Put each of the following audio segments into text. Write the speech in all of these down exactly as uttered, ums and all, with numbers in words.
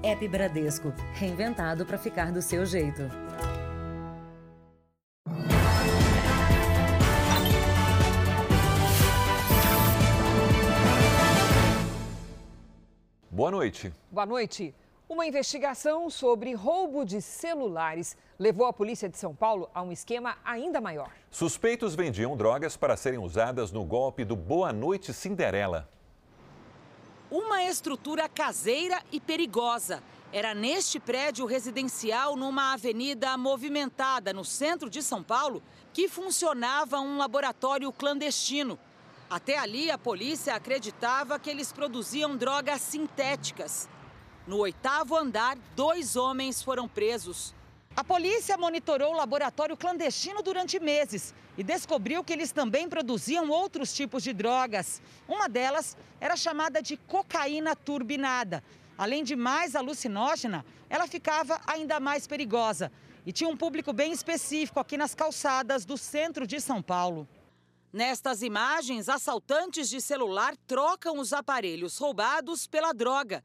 App Bradesco, reinventado para ficar do seu jeito. Boa noite. Boa noite. Uma investigação sobre roubo de celulares levou a polícia de São Paulo a um esquema ainda maior. Suspeitos vendiam drogas para serem usadas no golpe do Boa Noite Cinderela. Uma estrutura caseira e perigosa. Era neste prédio residencial, numa avenida movimentada no centro de São Paulo, que funcionava um laboratório clandestino. Até ali, a polícia acreditava que eles produziam drogas sintéticas. No oitavo andar, dois homens foram presos. A polícia monitorou o laboratório clandestino durante meses e descobriu que eles também produziam outros tipos de drogas. Uma delas era chamada de cocaína turbinada. Além de mais alucinógena, ela ficava ainda mais perigosa e tinha um público bem específico aqui nas calçadas do centro de São Paulo. Nestas imagens, assaltantes de celular trocam os aparelhos roubados pela droga.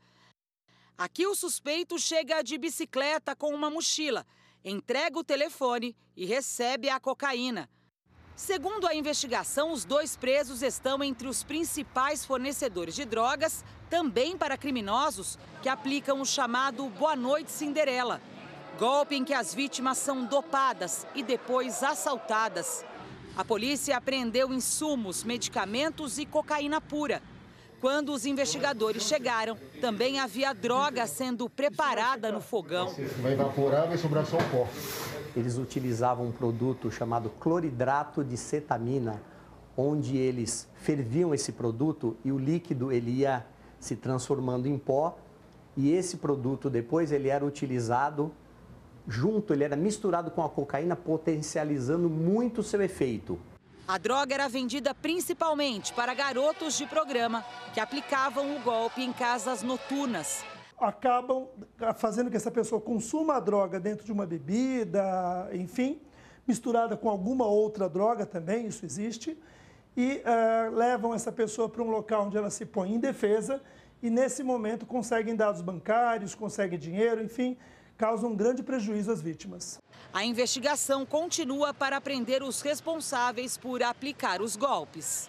Aqui o suspeito chega de bicicleta com uma mochila, entrega o telefone e recebe a cocaína. Segundo a investigação, os dois presos estão entre os principais fornecedores de drogas, também para criminosos que aplicam o chamado Boa Noite Cinderela. Golpe em que as vítimas são dopadas e depois assaltadas. A polícia apreendeu insumos, medicamentos e cocaína pura. Quando os investigadores chegaram, também havia droga sendo preparada no fogão. Vai evaporar, vai sobrar só o pó. Eles utilizavam um produto chamado cloridrato de cetamina, onde eles ferviam esse produto e o líquido ele ia se transformando em pó. E esse produto depois ele era utilizado junto, ele era misturado com a cocaína, potencializando muito o seu efeito. A droga era vendida principalmente para garotos de programa que aplicavam o golpe em casas noturnas. Acabam fazendo que essa pessoa consuma a droga dentro de uma bebida, enfim, misturada com alguma outra droga também, isso existe, e uh, levam essa pessoa para um local onde ela se põe indefesa e nesse momento conseguem dados bancários, conseguem dinheiro, enfim, causam um grande prejuízo às vítimas. A investigação continua para prender os responsáveis por aplicar os golpes.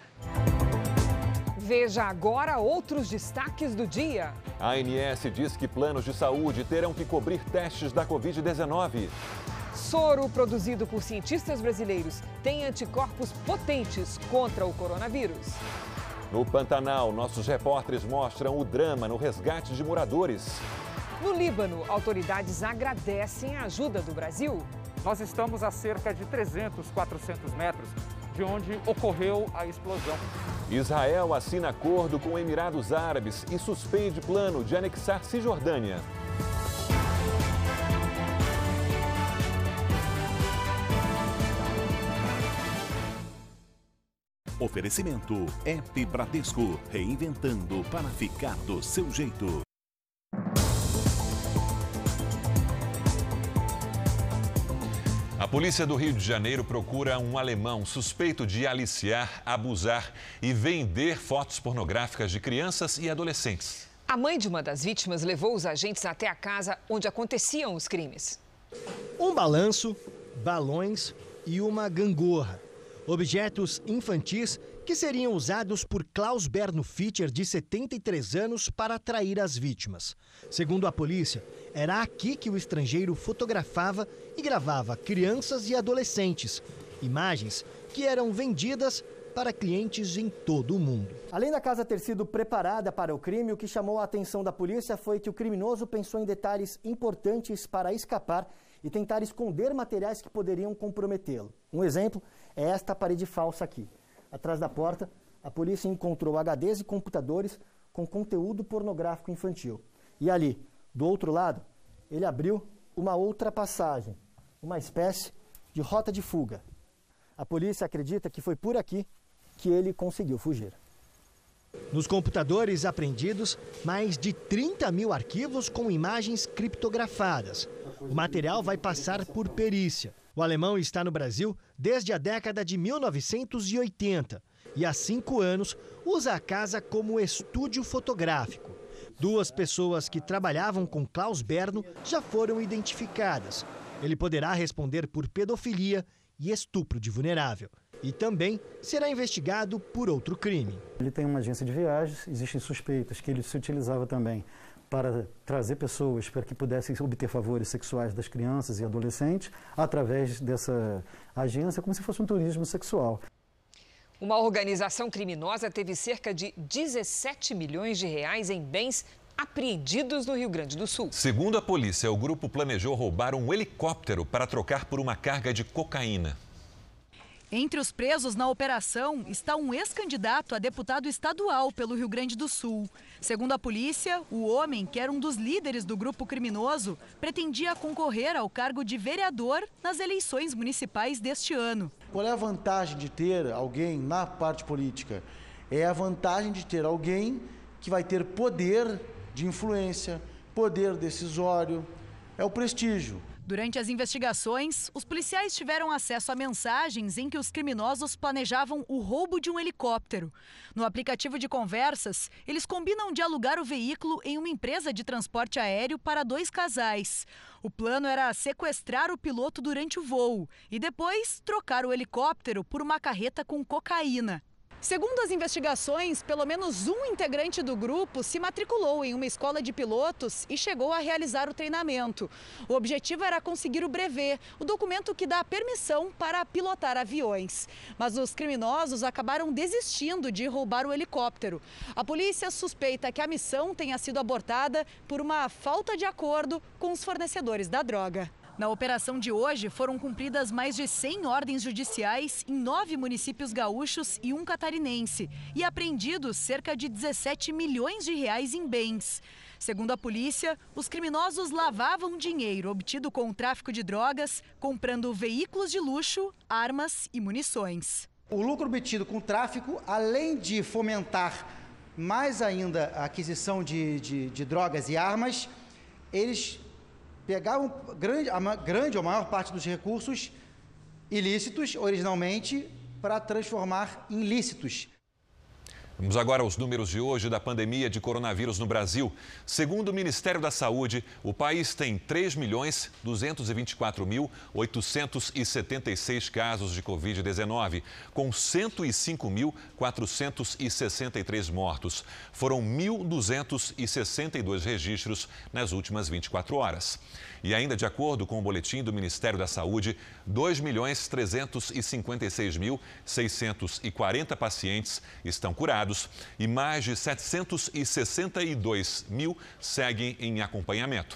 Veja agora outros destaques do dia. A ANS diz que planos de saúde terão que cobrir testes da covid dezenove. Soro produzido por cientistas brasileiros tem anticorpos potentes contra o coronavírus. No Pantanal, nossos repórteres mostram o drama no resgate de moradores. No Líbano, autoridades agradecem a ajuda do Brasil. Nós estamos a cerca de trezentos, quatrocentos metros de onde ocorreu a explosão. Israel assina acordo com Emirados Árabes e suspende plano de anexar Cisjordânia. Oferecimento App Bradesco, reinventando para ficar do seu jeito. A polícia do Rio de Janeiro procura um alemão suspeito de aliciar, abusar e vender fotos pornográficas de crianças e adolescentes. A mãe de uma das vítimas levou os agentes até a casa onde aconteciam os crimes. Um balanço, balões e uma gangorra. Objetos infantis que seriam usados por Klaus Berno Fischer, de setenta e três anos, para atrair as vítimas. Segundo a polícia, era aqui que o estrangeiro fotografava e gravava crianças e adolescentes. Imagens que eram vendidas para clientes em todo o mundo. Além da casa ter sido preparada para o crime, o que chamou a atenção da polícia foi que o criminoso pensou em detalhes importantes para escapar e tentar esconder materiais que poderiam comprometê-lo. Um exemplo é esta parede falsa aqui. Atrás da porta, a polícia encontrou H Ds e computadores com conteúdo pornográfico infantil. E ali, do outro lado, ele abriu uma outra passagem, uma espécie de rota de fuga. A polícia acredita que foi por aqui que ele conseguiu fugir. Nos computadores apreendidos, mais de trinta mil arquivos com imagens criptografadas. O material vai passar por perícia. O alemão está no Brasil desde a década de mil novecentos e oitenta e há cinco anos usa a casa como estúdio fotográfico. Duas pessoas que trabalhavam com Klaus Berno já foram identificadas. Ele poderá responder por pedofilia e estupro de vulnerável. E também será investigado por outro crime. Ele tem uma agência de viagens, existem suspeitas que ele se utilizava também para trazer pessoas para que pudessem obter favores sexuais das crianças e adolescentes através dessa agência, como se fosse um turismo sexual. Uma organização criminosa teve cerca de dezessete milhões de reais em bens apreendidos no Rio Grande do Sul. Segundo a polícia, o grupo planejou roubar um helicóptero para trocar por uma carga de cocaína. Entre os presos na operação está um ex-candidato a deputado estadual pelo Rio Grande do Sul. Segundo a polícia, o homem, que era um dos líderes do grupo criminoso, pretendia concorrer ao cargo de vereador nas eleições municipais deste ano. Qual é a vantagem de ter alguém na parte política? É a vantagem de ter alguém que vai ter poder de influência, poder decisório, é o prestígio. Durante as investigações, os policiais tiveram acesso a mensagens em que os criminosos planejavam o roubo de um helicóptero. No aplicativo de conversas, eles combinam de alugar o veículo em uma empresa de transporte aéreo para dois casais. O plano era sequestrar o piloto durante o voo e depois trocar o helicóptero por uma carreta com cocaína. Segundo as investigações, pelo menos um integrante do grupo se matriculou em uma escola de pilotos e chegou a realizar o treinamento. O objetivo era conseguir o brevet, o documento que dá permissão para pilotar aviões. Mas os criminosos acabaram desistindo de roubar o helicóptero. A polícia suspeita que a missão tenha sido abortada por uma falta de acordo com os fornecedores da droga. Na operação de hoje, foram cumpridas mais de cem ordens judiciais em nove municípios gaúchos e um catarinense e apreendidos cerca de dezessete milhões de reais em bens. Segundo a polícia, os criminosos lavavam dinheiro obtido com o tráfico de drogas, comprando veículos de luxo, armas e munições. O lucro obtido com o tráfico, além de fomentar mais ainda a aquisição de, de, de drogas e armas, eles pegavam grande, a grande ou maior parte dos recursos ilícitos, originalmente, para transformar em lícitos. Vamos agora aos números de hoje da pandemia de coronavírus no Brasil. Segundo o Ministério da Saúde, o país tem três milhões duzentos e vinte e quatro mil oitocentos e setenta e seis casos de covid dezenove, com cento e cinco mil quatrocentos e sessenta e três mortos. Foram mil duzentos e sessenta e dois registros nas últimas vinte e quatro horas. E ainda de acordo com o boletim do Ministério da Saúde, dois milhões trezentos e cinquenta e seis mil seiscentos e quarenta pacientes estão curados e mais de setecentos e sessenta e dois mil seguem em acompanhamento.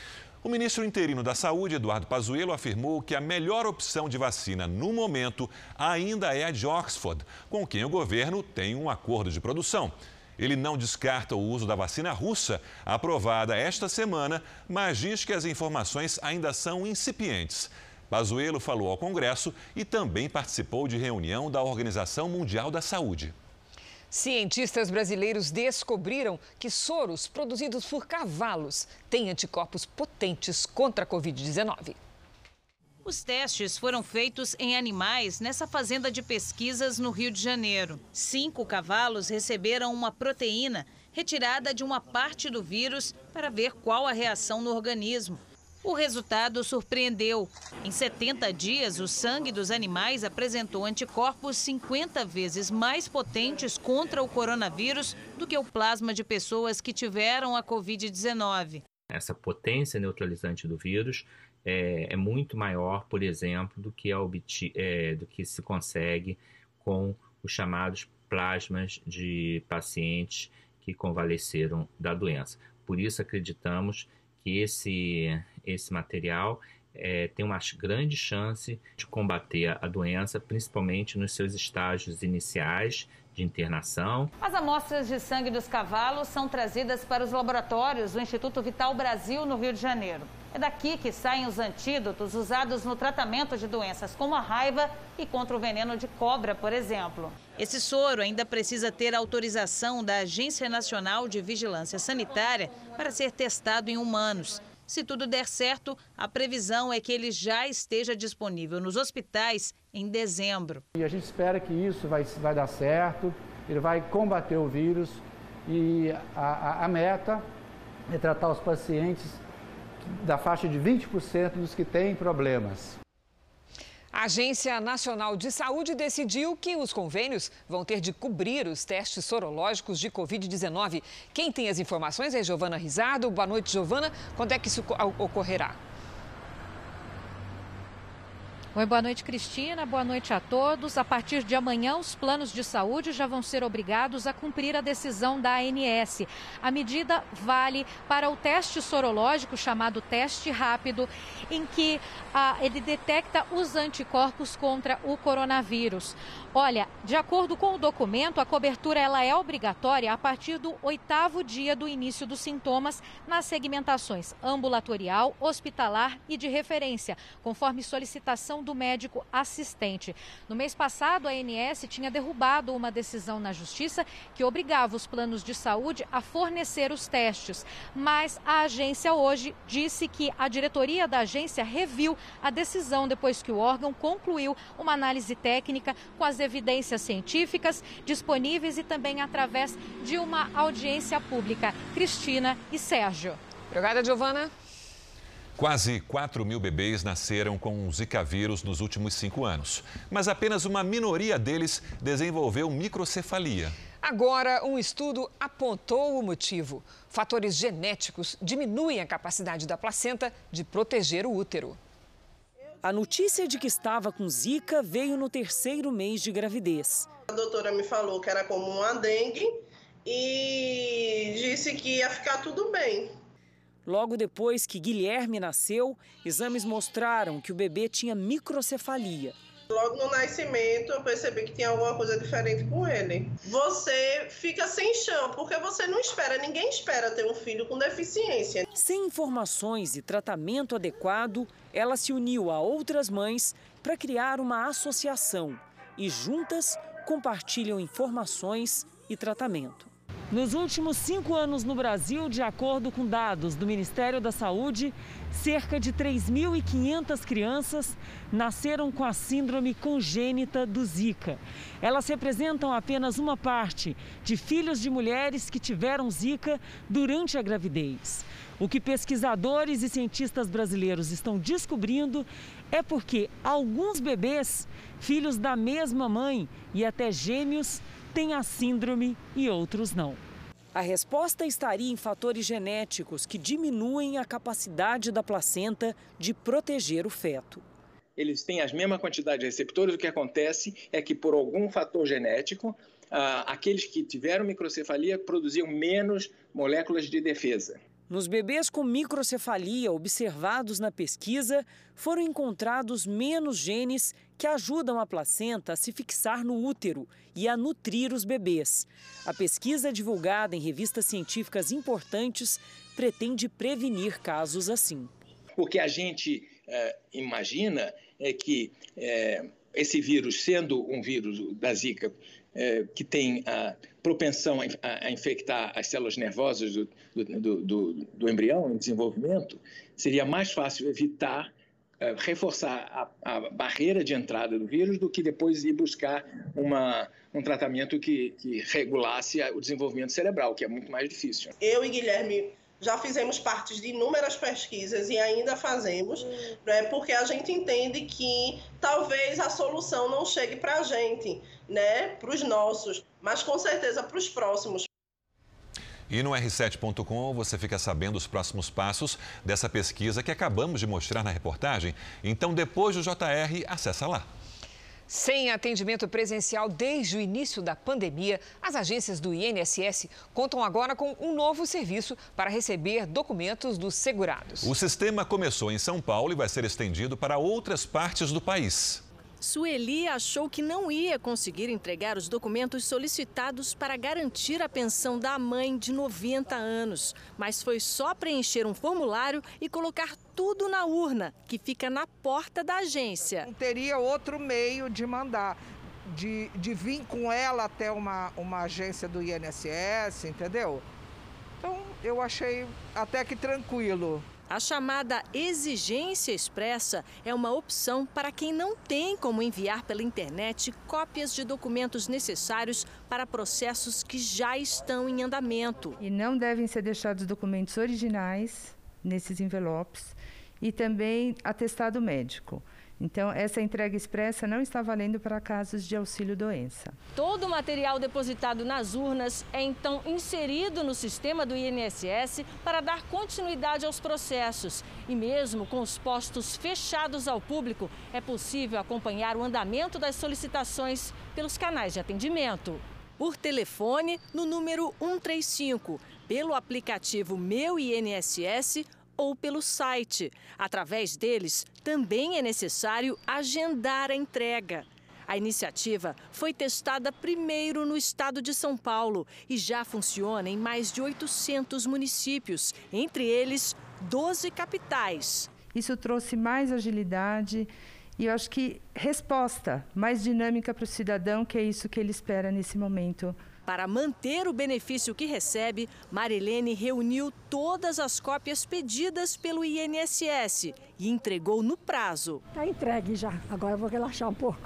O ministro interino da Saúde, Eduardo Pazuello, afirmou que a melhor opção de vacina no momento ainda é a de Oxford, com quem o governo tem um acordo de produção. Ele não descarta o uso da vacina russa, aprovada esta semana, mas diz que as informações ainda são incipientes. Pazuello falou ao Congresso e também participou de reunião da Organização Mundial da Saúde. Cientistas brasileiros descobriram que soros produzidos por cavalos têm anticorpos potentes contra a covid dezenove. Os testes foram feitos em animais nessa fazenda de pesquisas no Rio de Janeiro. Cinco cavalos receberam uma proteína retirada de uma parte do vírus para ver qual a reação no organismo. O resultado surpreendeu. Em setenta dias, o sangue dos animais apresentou anticorpos cinquenta vezes mais potentes contra o coronavírus do que o plasma de pessoas que tiveram a covid dezenove. Essa potência neutralizante do vírus é, é muito maior, por exemplo, do que, a obti, é, do que se consegue com os chamados plasmas de pacientes que convalesceram da doença. Por isso, acreditamos que esse, esse material é, tem uma grande chance de combater a doença, principalmente nos seus estágios iniciais de internação. As amostras de sangue dos cavalos são trazidas para os laboratórios do Instituto Vital Brasil, no Rio de Janeiro. É daqui que saem os antídotos usados no tratamento de doenças como a raiva e contra o veneno de cobra, por exemplo. Esse soro ainda precisa ter autorização da Agência Nacional de Vigilância Sanitária para ser testado em humanos. Se tudo der certo, a previsão é que ele já esteja disponível nos hospitais em dezembro. E a gente espera que isso vai, vai dar certo, ele vai combater o vírus e a, a, a meta é tratar os pacientes da faixa de vinte por cento dos que têm problemas. A Agência Nacional de Saúde decidiu que os convênios vão ter de cobrir os testes sorológicos de covid dezenove. Quem tem as informações é Giovana Rizardo. Boa noite, Giovana. Quando é que isso ocorrerá? Oi, boa noite, Cristina. Boa noite a todos. A partir de amanhã, os planos de saúde já vão ser obrigados a cumprir a decisão da A N S. A medida vale para o teste sorológico, chamado teste rápido, em que ah, ele detecta os anticorpos contra o coronavírus. Olha, de acordo com o documento, a cobertura ela é obrigatória a partir do oitavo dia do início dos sintomas nas segmentações ambulatorial, hospitalar e de referência, conforme solicitação do médico assistente. No mês passado, a A N S tinha derrubado uma decisão na Justiça que obrigava os planos de saúde a fornecer os testes. Mas a agência hoje disse que a diretoria da agência reviu a decisão depois que o órgão concluiu uma análise técnica com as evidências científicas disponíveis e também através de uma audiência pública. Cristina e Sérgio. Obrigada, Giovana. Quase quatro mil bebês nasceram com o Zika vírus nos últimos cinco anos, mas apenas uma minoria deles desenvolveu microcefalia. Agora, um estudo apontou o motivo. Fatores genéticos diminuem a capacidade da placenta de proteger o útero. A notícia de que estava com Zika veio no terceiro mês de gravidez. A doutora me falou que era como uma dengue e disse que ia ficar tudo bem. Logo depois que Guilherme nasceu, exames mostraram que o bebê tinha microcefalia. Logo no nascimento eu percebi que tinha alguma coisa diferente com ele. Você fica sem chão, porque você não espera, ninguém espera ter um filho com deficiência. Sem informações e tratamento adequado, ela se uniu a outras mães para criar uma associação e juntas compartilham informações e tratamento. Nos últimos cinco anos no Brasil, de acordo com dados do Ministério da Saúde, cerca de três mil e quinhentas crianças nasceram com a síndrome congênita do Zika. Elas representam apenas uma parte de filhos de mulheres que tiveram Zika durante a gravidez. O que pesquisadores e cientistas brasileiros estão descobrindo é porque alguns bebês, filhos da mesma mãe e até gêmeos, têm a síndrome e outros não. A resposta estaria em fatores genéticos que diminuem a capacidade da placenta de proteger o feto. Eles têm a mesma quantidade de receptores, o que acontece é que por algum fator genético, ah, aqueles que tiveram microcefalia produziam menos moléculas de defesa. Nos bebês com microcefalia observados na pesquisa, foram encontrados menos genes que ajudam a placenta a se fixar no útero e a nutrir os bebês. A pesquisa, divulgada em revistas científicas importantes, pretende prevenir casos assim. O que a gente eh, imagina é que eh, esse vírus, sendo um vírus da Zika, É, que tem a propensão a, a infectar as células nervosas do, do, do, do embrião em desenvolvimento, seria mais fácil evitar, é, reforçar a, a barreira de entrada do vírus do que depois ir buscar uma, um tratamento que, que regulasse o desenvolvimento cerebral, que é muito mais difícil. Eu e Guilherme já fizemos parte de inúmeras pesquisas e ainda fazemos, né, porque a gente entende que talvez a solução não chegue para a gente, né, para os nossos, mas com certeza para os próximos. E no R sete ponto com você fica sabendo os próximos passos dessa pesquisa que acabamos de mostrar na reportagem. Então, depois do J R, acessa lá. Sem atendimento presencial desde o início da pandemia, as agências do I N S S contam agora com um novo serviço para receber documentos dos segurados. O sistema começou em São Paulo e vai ser estendido para outras partes do país. Sueli achou que não ia conseguir entregar os documentos solicitados para garantir a pensão da mãe de noventa anos. Mas foi só preencher um formulário e colocar tudo na urna, que fica na porta da agência. Não teria outro meio de mandar, de, de vir com ela até uma, uma agência do I N S S, entendeu? Então, eu achei até que tranquilo. A chamada exigência expressa é uma opção para quem não tem como enviar pela internet cópias de documentos necessários para processos que já estão em andamento. E não devem ser deixados documentos originais nesses envelopes e também atestado médico. Então, essa entrega expressa não está valendo para casos de auxílio-doença. Todo o material depositado nas urnas é então inserido no sistema do I N S S para dar continuidade aos processos. E mesmo com os postos fechados ao público, é possível acompanhar o andamento das solicitações pelos canais de atendimento. Por telefone, no número um três cinco, pelo aplicativo Meu I N S S ou pelo site. Através deles, também é necessário agendar a entrega. A iniciativa foi testada primeiro no estado de São Paulo e já funciona em mais de oitocentos municípios, entre eles doze capitais. Isso trouxe mais agilidade e eu acho que resposta mais dinâmica para o cidadão, que é isso que ele espera nesse momento. Para manter o benefício que recebe, Marilene reuniu todas as cópias pedidas pelo I N S S e entregou no prazo. Está entregue já, agora eu vou relaxar um pouco.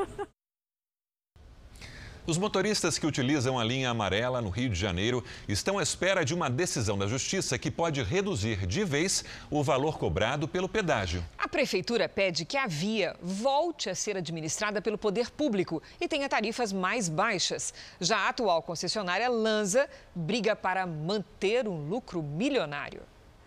Os motoristas que utilizam a linha amarela no Rio de Janeiro estão à espera de uma decisão da Justiça que pode reduzir de vez o valor cobrado pelo pedágio. A Prefeitura pede que a via volte a ser administrada pelo poder público e tenha tarifas mais baixas. Já a atual concessionária Lanza briga para manter um lucro milionário.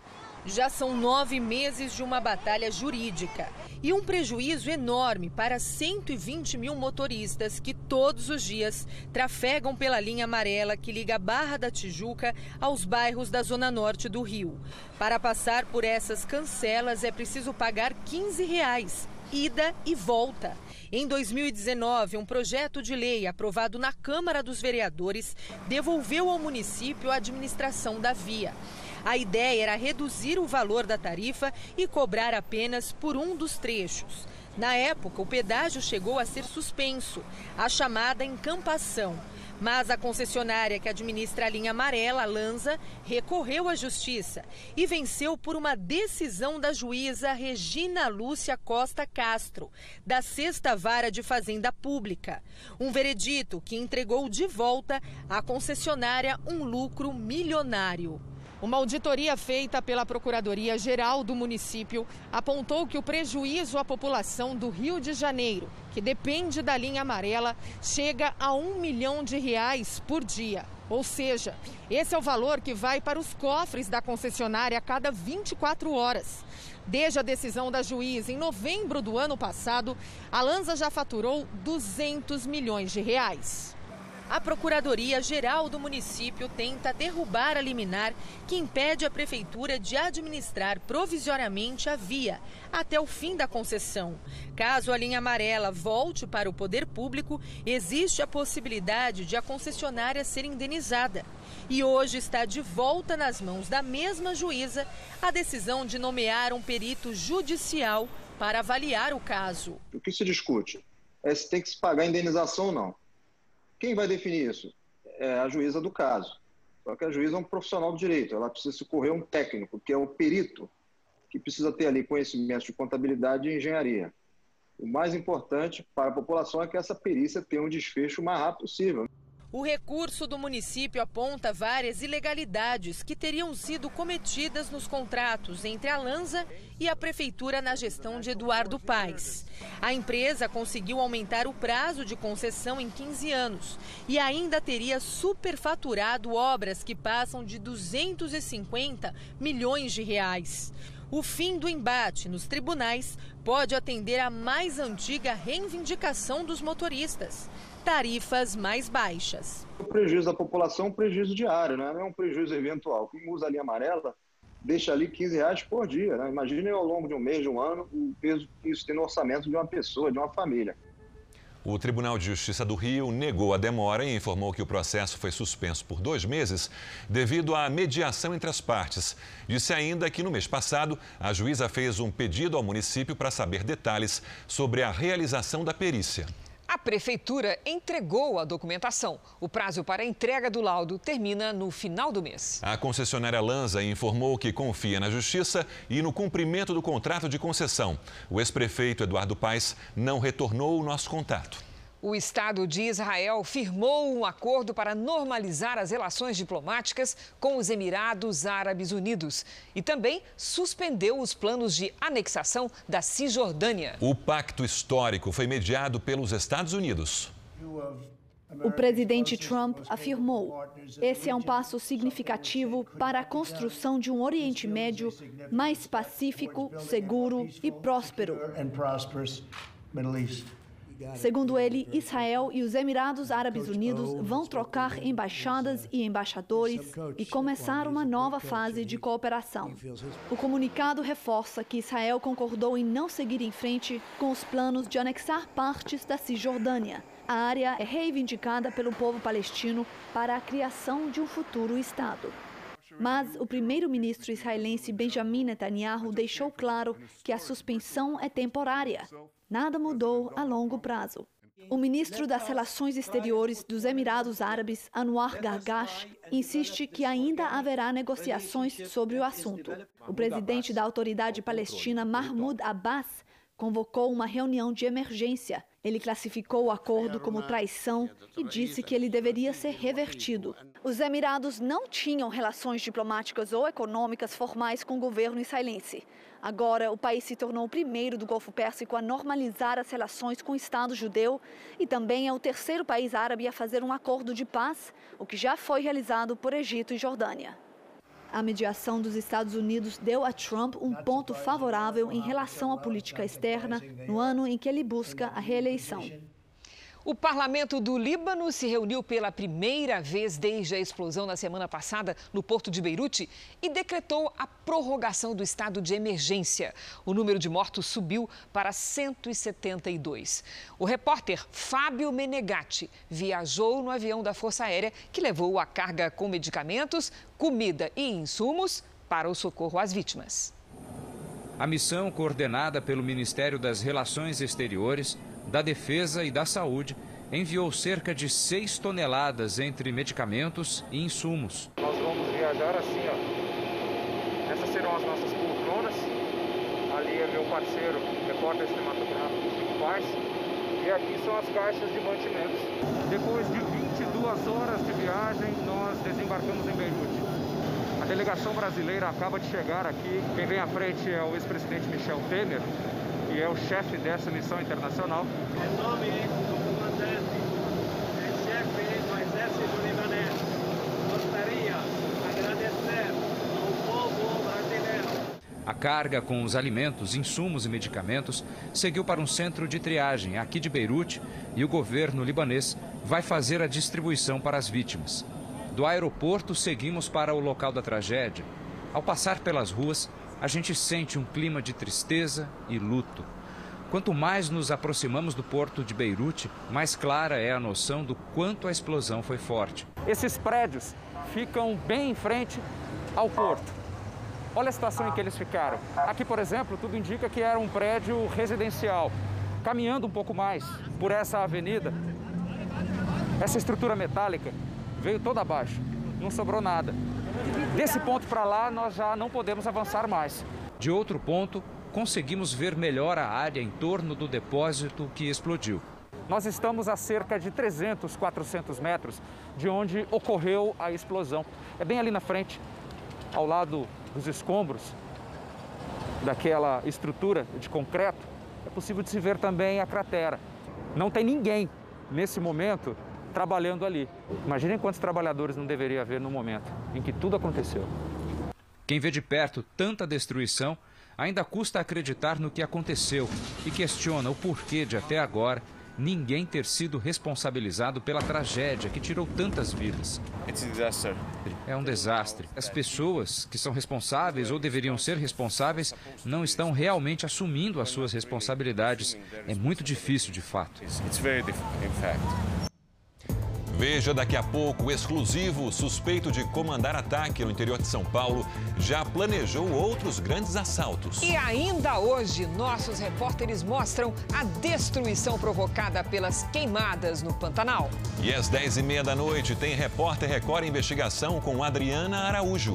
Já são nove meses de uma batalha jurídica e um prejuízo enorme para cento e vinte mil motoristas que todos os dias trafegam pela linha amarela que liga a Barra da Tijuca aos bairros da Zona Norte do Rio. Para passar por essas cancelas é preciso pagar quinze reais, ida e volta. Em dois mil e dezenove, um projeto de lei aprovado na Câmara dos Vereadores devolveu ao município a administração da via. A ideia era reduzir o valor da tarifa e cobrar apenas por um dos trechos. Na época, o pedágio chegou a ser suspenso, a chamada encampação. Mas a concessionária que administra a linha amarela, Lanza, recorreu à justiça e venceu por uma decisão da juíza Regina Lúcia Costa Castro, da Sexta Vara de Fazenda Pública. Um veredito que entregou de volta à concessionária um lucro milionário. Uma auditoria feita pela Procuradoria-Geral do município apontou que o prejuízo à população do Rio de Janeiro, que depende da linha amarela, chega a um milhão de reais por dia. Ou seja, esse é o valor que vai para os cofres da concessionária a cada vinte e quatro horas. Desde a decisão da juíza em novembro do ano passado, a Lanza já faturou duzentos milhões de reais. A Procuradoria-Geral do município tenta derrubar a liminar que impede a Prefeitura de administrar provisoriamente a via até o fim da concessão. Caso a linha amarela volte para o poder público, existe a possibilidade de a concessionária ser indenizada. E hoje está de volta nas mãos da mesma juíza a decisão de nomear um perito judicial para avaliar o caso. O que se discute é se tem que se pagar indenização ou não. Quem vai definir isso? É a juíza do caso. Só que a juíza é um profissional do direito, ela precisa socorrer um técnico, que é o perito, que precisa ter ali conhecimentos de contabilidade e engenharia. O mais importante para a população é que essa perícia tenha um desfecho o mais rápido possível. O recurso do município aponta várias ilegalidades que teriam sido cometidas nos contratos entre a Lanza e a Prefeitura na gestão de Eduardo Paes. A empresa conseguiu aumentar o prazo de concessão em quinze anos e ainda teria superfaturado obras que passam de duzentos e cinquenta milhões de reais. O fim do embate nos tribunais pode atender à mais antiga reivindicação dos motoristas: tarifas mais baixas. O prejuízo da população é um prejuízo diário, né? Não é um prejuízo eventual. Quem usa a linha amarela deixa ali quinze reais por dia, né? Imagine ao longo de um mês, de um ano, o peso que isso tem no orçamento de uma pessoa, de uma família. O Tribunal de Justiça do Rio negou a demora e informou que o processo foi suspenso por dois meses devido à mediação entre as partes. Disse ainda que no mês passado a juíza fez um pedido ao município para saber detalhes sobre a realização da perícia. A prefeitura entregou a documentação. O prazo para a entrega do laudo termina no final do mês. A concessionária Lanza informou que confia na justiça e no cumprimento do contrato de concessão. O ex-prefeito Eduardo Paes não retornou o nosso contato. O Estado de Israel firmou um acordo para normalizar as relações diplomáticas com os Emirados Árabes Unidos e também suspendeu os planos de anexação da Cisjordânia. O pacto histórico foi mediado pelos Estados Unidos. O presidente Trump afirmou: esse é um passo significativo para a construção de um Oriente Médio mais pacífico, seguro e próspero. Segundo ele, Israel e os Emirados Árabes Unidos vão trocar embaixadas e embaixadores e começar uma nova fase de cooperação. O comunicado reforça que Israel concordou em não seguir em frente com os planos de anexar partes da Cisjordânia. A área é reivindicada pelo povo palestino para a criação de um futuro Estado. Mas o primeiro-ministro israelense Benjamin Netanyahu deixou claro que a suspensão é temporária. Nada mudou a longo prazo. O ministro das Relações Exteriores dos Emirados Árabes, Anwar Gargash, insiste que ainda haverá negociações sobre o assunto. O presidente da Autoridade Palestina, Mahmoud Abbas, convocou uma reunião de emergência. Ele classificou o acordo como traição e disse que ele deveria ser revertido. Os Emirados não tinham relações diplomáticas ou econômicas formais com o governo israelense. Agora, o país se tornou o primeiro do Golfo Pérsico a normalizar as relações com o Estado judeu e também é o terceiro país árabe a fazer um acordo de paz, o que já foi realizado por Egito e Jordânia. A mediação dos Estados Unidos deu a Trump um ponto favorável em relação à política externa no ano em que ele busca a reeleição. O parlamento do Líbano se reuniu pela primeira vez desde a explosão na semana passada no porto de Beirute e decretou a prorrogação do estado de emergência. O número de mortos subiu para cento e setenta e dois. O repórter Fábio Menegatti viajou no avião da Força Aérea que levou a carga com medicamentos, comida e insumos para o socorro às vítimas. A missão, coordenada pelo Ministério das Relações Exteriores, da Defesa e da Saúde, enviou cerca de seis toneladas entre medicamentos e insumos. Nós vamos viajar assim, ó. Essas serão as nossas poltronas. Ali é meu parceiro, repórter cinematográfico Chico Paz. E aqui são as caixas de mantimentos. Depois de vinte e duas horas de viagem, nós desembarcamos em Beirute. A delegação brasileira acaba de chegar aqui. Quem vem à frente é o ex-presidente Michel Temer, que é o chefe dessa missão internacional. Em nome do comandante e chefe do Exército Libanês, gostaria de agradecer ao povo brasileiro. A carga com os alimentos, insumos e medicamentos seguiu para um centro de triagem aqui de Beirute e o governo libanês vai fazer a distribuição para as vítimas. Do aeroporto, seguimos para o local da tragédia. Ao passar pelas ruas, a gente sente um clima de tristeza e luto. Quanto mais nos aproximamos do porto de Beirute, mais clara é a noção do quanto a explosão foi forte. Esses prédios ficam bem em frente ao porto. Olha a situação em que eles ficaram. Aqui, por exemplo, tudo indica que era um prédio residencial. Caminhando um pouco mais por essa avenida, essa estrutura metálica veio toda abaixo, não sobrou nada. Desse ponto para lá, nós já não podemos avançar mais. De outro ponto, conseguimos ver melhor a área em torno do depósito que explodiu. Nós estamos a cerca de trezentos, quatrocentos metros de onde ocorreu a explosão. É bem ali na frente, ao lado dos escombros daquela estrutura de concreto, é possível de se ver também a cratera. Não tem ninguém, nesse momento, trabalhando ali. Imaginem quantos trabalhadores não deveria haver no momento em que tudo aconteceu. Quem vê de perto tanta destruição ainda custa acreditar no que aconteceu e questiona o porquê de até agora ninguém ter sido responsabilizado pela tragédia que tirou tantas vidas. É um desastre. As pessoas que são responsáveis ou deveriam ser responsáveis não estão realmente assumindo as suas responsabilidades. É muito difícil, de fato. Veja daqui a pouco, o exclusivo suspeito de comandar ataque no interior de São Paulo já planejou outros grandes assaltos. E ainda hoje, nossos repórteres mostram a destruição provocada pelas queimadas no Pantanal. E às dez e meia da noite tem Repórter Record Investigação com Adriana Araújo.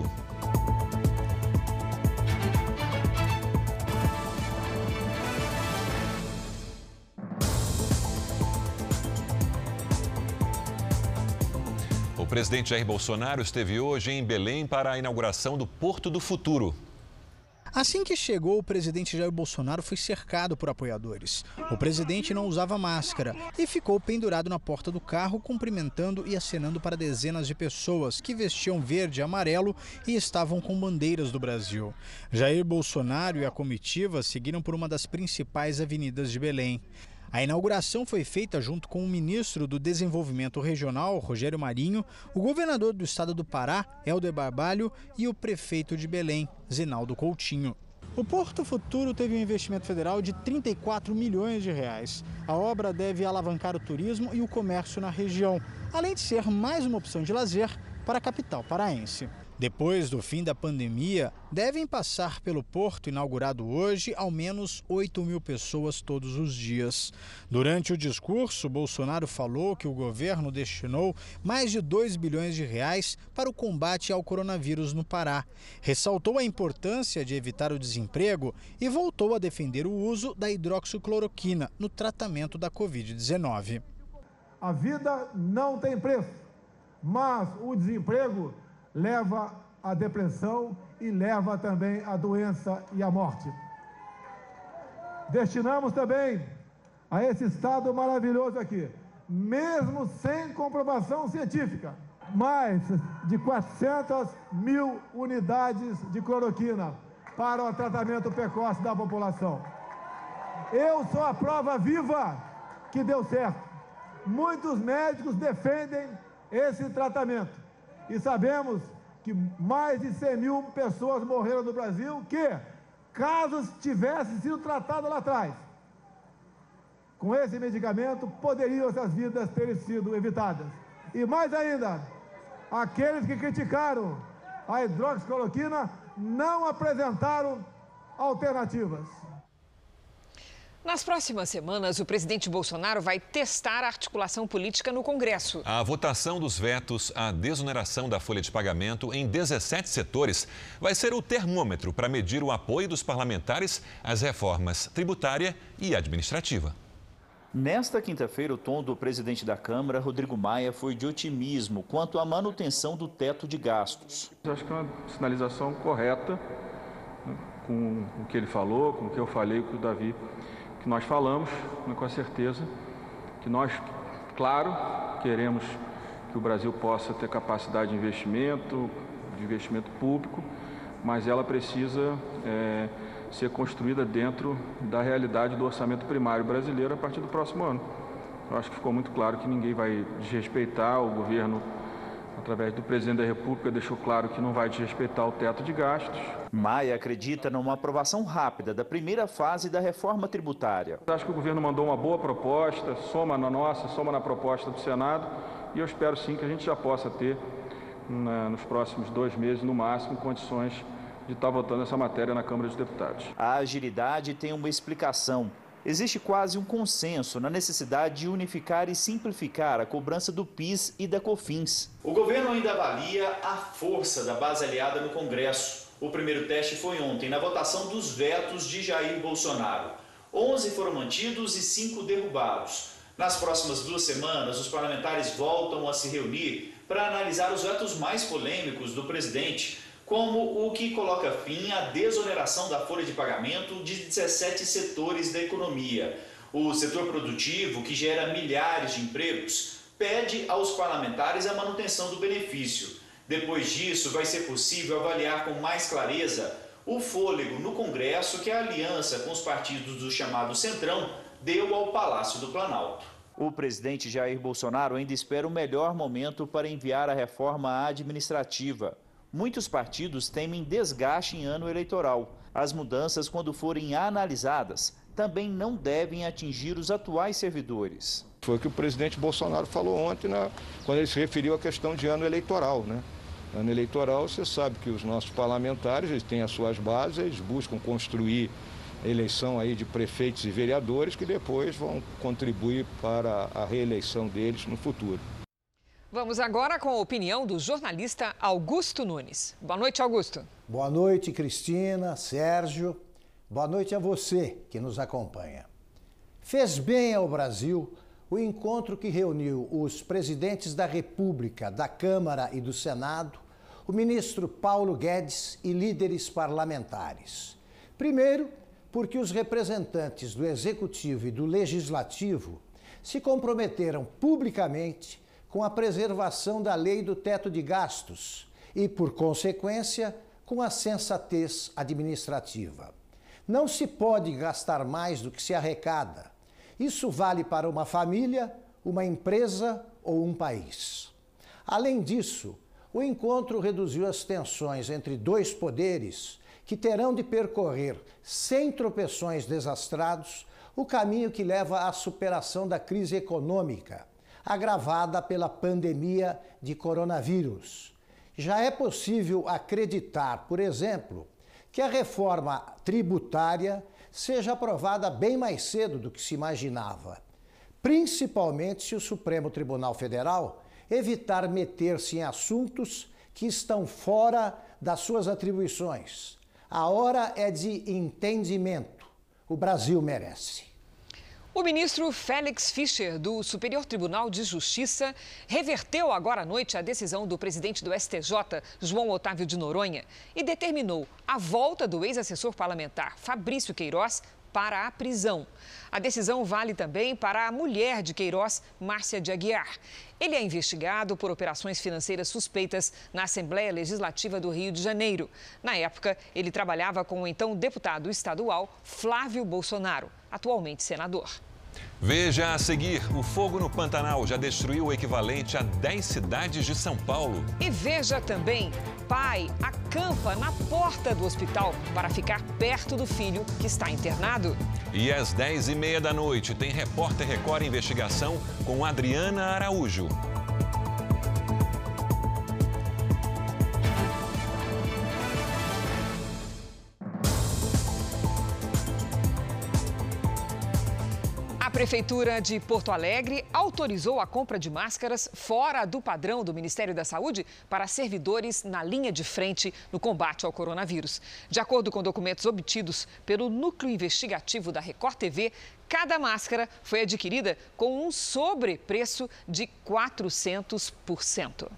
O presidente Jair Bolsonaro esteve hoje em Belém para a inauguração do Porto do Futuro. Assim que chegou, o presidente Jair Bolsonaro foi cercado por apoiadores. O presidente não usava máscara e ficou pendurado na porta do carro, cumprimentando e acenando para dezenas de pessoas que vestiam verde e amarelo e estavam com bandeiras do Brasil. Jair Bolsonaro e a comitiva seguiram por uma das principais avenidas de Belém. A inauguração foi feita junto com o ministro do Desenvolvimento Regional, Rogério Marinho, o governador do estado do Pará, Helder Barbalho, e o prefeito de Belém, Zenaldo Coutinho. O Porto Futuro teve um investimento federal de trinta e quatro milhões de reais. A obra deve alavancar o turismo e o comércio na região, além de ser mais uma opção de lazer para a capital paraense. Depois do fim da pandemia, devem passar pelo porto inaugurado hoje ao menos oito mil pessoas todos os dias. Durante o discurso, Bolsonaro falou que o governo destinou mais de dois bilhões de reais para o combate ao coronavírus no Pará. Ressaltou a importância de evitar o desemprego e voltou a defender o uso da hidroxicloroquina no tratamento da covid dezenove. A vida não tem preço, mas o desemprego leva à depressão e leva também à doença e à morte. Destinamos também a esse estado maravilhoso aqui, mesmo sem comprovação científica, mais de quatrocentas mil unidades de cloroquina para o tratamento precoce da população. Eu sou a prova viva que deu certo. Muitos médicos defendem esse tratamento. E sabemos que mais de cem mil pessoas morreram no Brasil que, caso tivessem sido tratadas lá atrás, com esse medicamento, poderiam essas vidas terem sido evitadas. E mais ainda, aqueles que criticaram a hidroxicloroquina não apresentaram alternativas. Nas próximas semanas, o presidente Bolsonaro vai testar a articulação política no Congresso. A votação dos vetos à desoneração da folha de pagamento em dezessete setores vai ser o termômetro para medir o apoio dos parlamentares às reformas tributária e administrativa. Nesta quinta-feira, o tom do presidente da Câmara, Rodrigo Maia, foi de otimismo quanto à manutenção do teto de gastos. Eu acho que é uma sinalização correta, né, com o que ele falou, com o que eu falei, com o Davi. Que nós falamos, né, com a certeza que nós, claro, queremos que o Brasil possa ter capacidade de investimento, de investimento público, mas ela precisa é, ser construída dentro da realidade do orçamento primário brasileiro a partir do próximo ano. Eu acho que ficou muito claro que ninguém vai desrespeitar, o governo, através do presidente da República, deixou claro que não vai desrespeitar o teto de gastos. Maia acredita numa aprovação rápida da primeira fase da reforma tributária. Acho que o governo mandou uma boa proposta, soma na nossa, soma na proposta do Senado, e eu espero sim que a gente já possa ter, na, nos próximos dois meses, no máximo, condições de estar votando essa matéria na Câmara dos Deputados. A agilidade tem uma explicação. Existe quase um consenso na necessidade de unificar e simplificar a cobrança do P I S e da COFINS. O governo ainda avalia a força da base aliada no Congresso. O primeiro teste foi ontem, na votação dos vetos de Jair Bolsonaro. onze foram mantidos e cinco derrubados. Nas próximas duas semanas, os parlamentares voltam a se reunir para analisar os vetos mais polêmicos do presidente, como o que coloca fim à desoneração da folha de pagamento de dezessete setores da economia. O setor produtivo, que gera milhares de empregos, pede aos parlamentares a manutenção do benefício. Depois disso, vai ser possível avaliar com mais clareza o fôlego no Congresso que a aliança com os partidos do chamado Centrão deu ao Palácio do Planalto. O presidente Jair Bolsonaro ainda espera o melhor momento para enviar a reforma administrativa. Muitos partidos temem desgaste em ano eleitoral. As mudanças, quando forem analisadas, também não devem atingir os atuais servidores. Foi o que o presidente Bolsonaro falou ontem, na, quando ele se referiu à questão de ano eleitoral, né? Ano eleitoral, você sabe que os nossos parlamentares, eles têm as suas bases, eles buscam construir a eleição aí de prefeitos e vereadores que depois vão contribuir para a reeleição deles no futuro. Vamos agora com a opinião do jornalista Augusto Nunes. Boa noite, Augusto. Boa noite, Cristina, Sérgio. Boa noite a você que nos acompanha. Fez bem ao Brasil o encontro que reuniu os presidentes da República, da Câmara e do Senado, o ministro Paulo Guedes e líderes parlamentares. Primeiro, porque os representantes do Executivo e do Legislativo se comprometeram publicamente com a preservação da lei do teto de gastos e, por consequência, com a sensatez administrativa. Não se pode gastar mais do que se arrecada. Isso vale para uma família, uma empresa ou um país. Além disso, o encontro reduziu as tensões entre dois poderes que terão de percorrer, sem tropeções desastrados, o caminho que leva à superação da crise econômica, agravada pela pandemia de coronavírus. Já é possível acreditar, por exemplo, que a reforma tributária seja aprovada bem mais cedo do que se imaginava, principalmente se o Supremo Tribunal Federal evitar meter-se em assuntos que estão fora das suas atribuições. A hora é de entendimento. O Brasil merece. O ministro Félix Fischer, do Superior Tribunal de Justiça, reverteu agora à noite a decisão do presidente do S T J, João Otávio de Noronha, e determinou a volta do ex-assessor parlamentar Fabrício Queiroz para a prisão. A decisão vale também para a mulher de Queiroz, Márcia de Aguiar. Ele é investigado por operações financeiras suspeitas na Assembleia Legislativa do Rio de Janeiro. Na época, ele trabalhava com o então deputado estadual Flávio Bolsonaro, atualmente senador. Veja a seguir, o fogo no Pantanal já destruiu o equivalente a dez cidades de São Paulo. E veja também, pai acampa na porta do hospital para ficar perto do filho que está internado. E às dez e meia da noite tem Repórter Record Investigação com Adriana Araújo. A Prefeitura de Porto Alegre autorizou a compra de máscaras fora do padrão do Ministério da Saúde para servidores na linha de frente no combate ao coronavírus. De acordo com documentos obtidos pelo Núcleo Investigativo da Record T V, cada máscara foi adquirida com um sobrepreço de quatrocentos por cento.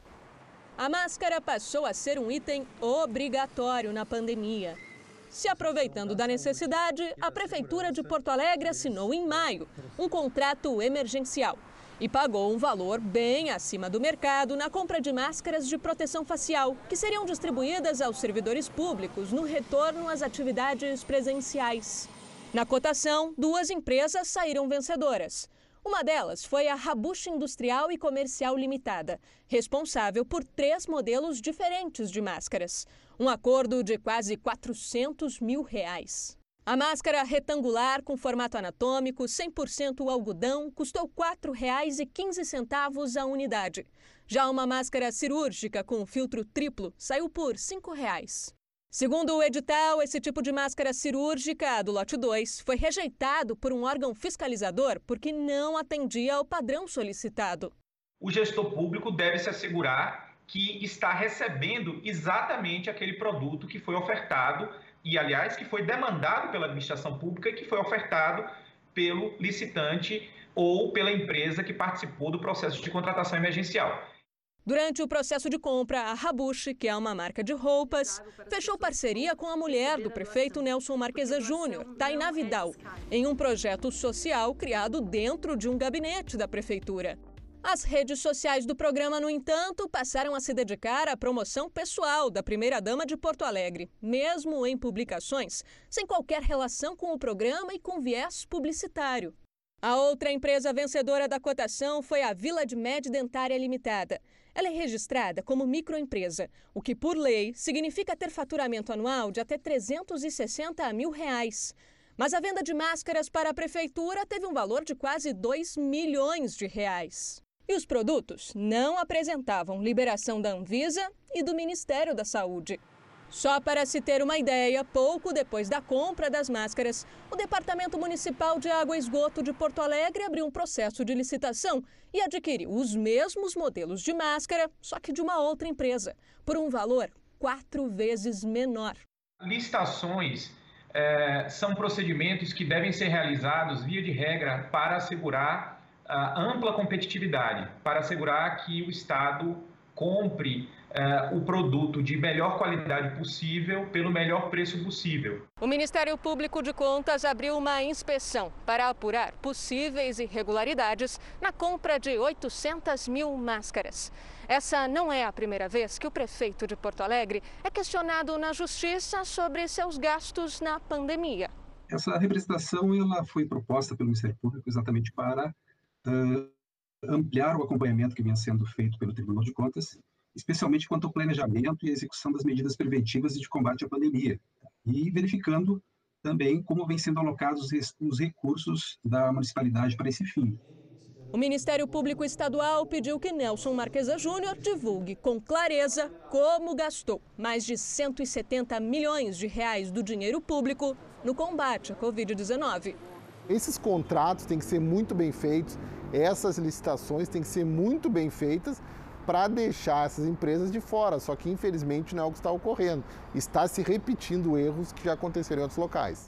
A máscara passou a ser um item obrigatório na pandemia. Se aproveitando da necessidade, a Prefeitura de Porto Alegre assinou em maio um contrato emergencial e pagou um valor bem acima do mercado na compra de máscaras de proteção facial, que seriam distribuídas aos servidores públicos no retorno às atividades presenciais. Na cotação, duas empresas saíram vencedoras. Uma delas foi a Rabush Industrial e Comercial Limitada, responsável por três modelos diferentes de máscaras. Um acordo de quase quatrocentos mil reais. A máscara retangular com formato anatômico, cem por cento algodão, custou quatro reais e quinze centavos a unidade. Já uma máscara cirúrgica com filtro triplo saiu por cinco reais. Segundo o edital, esse tipo de máscara cirúrgica, a do lote dois, foi rejeitado por um órgão fiscalizador porque não atendia ao padrão solicitado. O gestor público deve se assegurar que está recebendo exatamente aquele produto que foi ofertado e, aliás, que foi demandado pela administração pública e que foi ofertado pelo licitante ou pela empresa que participou do processo de contratação emergencial. Durante o processo de compra, a Rabush, que é uma marca de roupas, fechou parceria com a mulher do prefeito Nelson Marquesa Júnior, Tainá Vidal, em um projeto social criado dentro de um gabinete da prefeitura. As redes sociais do programa, no entanto, passaram a se dedicar à promoção pessoal da primeira-dama de Porto Alegre, mesmo em publicações sem qualquer relação com o programa e com viés publicitário. A outra empresa vencedora da cotação foi a Village Med Dentária Limitada. Ela é registrada como microempresa, o que, por lei, significa ter faturamento anual de até trezentos e sessenta mil reais. Mas a venda de máscaras para a prefeitura teve um valor de quase dois milhões de reais. E os produtos não apresentavam liberação da Anvisa e do Ministério da Saúde. Só para se ter uma ideia, pouco depois da compra das máscaras, o Departamento Municipal de Água e Esgoto de Porto Alegre abriu um processo de licitação e adquiriu os mesmos modelos de máscara, só que de uma outra empresa, por um valor quatro vezes menor. Licitações é, são procedimentos que devem ser realizados, via de regra, para assegurar a ampla competitividade, para assegurar que o Estado compre Uh, o produto de melhor qualidade possível pelo melhor preço possível. O Ministério Público de Contas abriu uma inspeção para apurar possíveis irregularidades na compra de oitocentas mil máscaras. Essa não é a primeira vez que o prefeito de Porto Alegre é questionado na Justiça sobre seus gastos na pandemia. Essa representação ela foi proposta pelo Ministério Público exatamente para uh, ampliar o acompanhamento que vinha sendo feito pelo Tribunal de Contas, especialmente quanto ao planejamento e execução das medidas preventivas e de combate à pandemia, e verificando também como vêm sendo alocados os recursos da municipalidade para esse fim. O Ministério Público Estadual pediu que Nelson Marquesa Júnior divulgue com clareza como gastou mais de cento e setenta milhões de reais do dinheiro público no combate à covid dezenove. Esses contratos têm que ser muito bem feitos, essas licitações têm que ser muito bem feitas, para deixar essas empresas de fora, só que infelizmente não é o que está ocorrendo. Está se repetindo erros que já aconteceram em outros locais.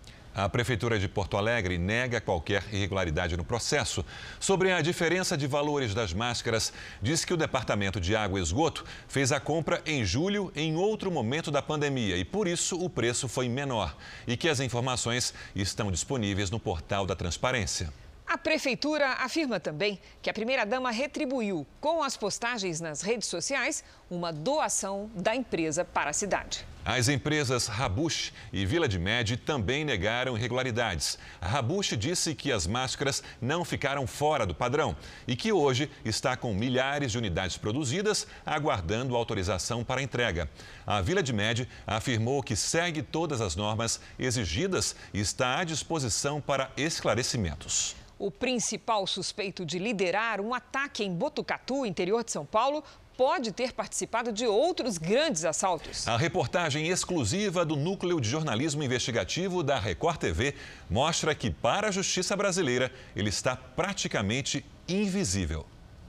A Prefeitura de Porto Alegre nega qualquer irregularidade no processo. Sobre a diferença de valores das máscaras, diz que o Departamento de Água e Esgoto fez a compra em julho, em outro momento da pandemia, e por isso o preço foi menor. E que as informações estão disponíveis no portal da Transparência. A Prefeitura afirma também que a primeira-dama retribuiu, com as postagens nas redes sociais, uma doação da empresa para a cidade. As empresas Rabush e Vila de Med também negaram irregularidades. A Rabush disse que as máscaras não ficaram fora do padrão e que hoje está com milhares de unidades produzidas, aguardando autorização para entrega. A Vila de Med afirmou que segue todas as normas exigidas e está à disposição para esclarecimentos. O principal suspeito de liderar um ataque em Botucatu, interior de São Paulo, pode ter participado de outros grandes assaltos. A reportagem exclusiva do Núcleo de Jornalismo Investigativo da Record T V mostra que, para a justiça brasileira, ele está praticamente invisível.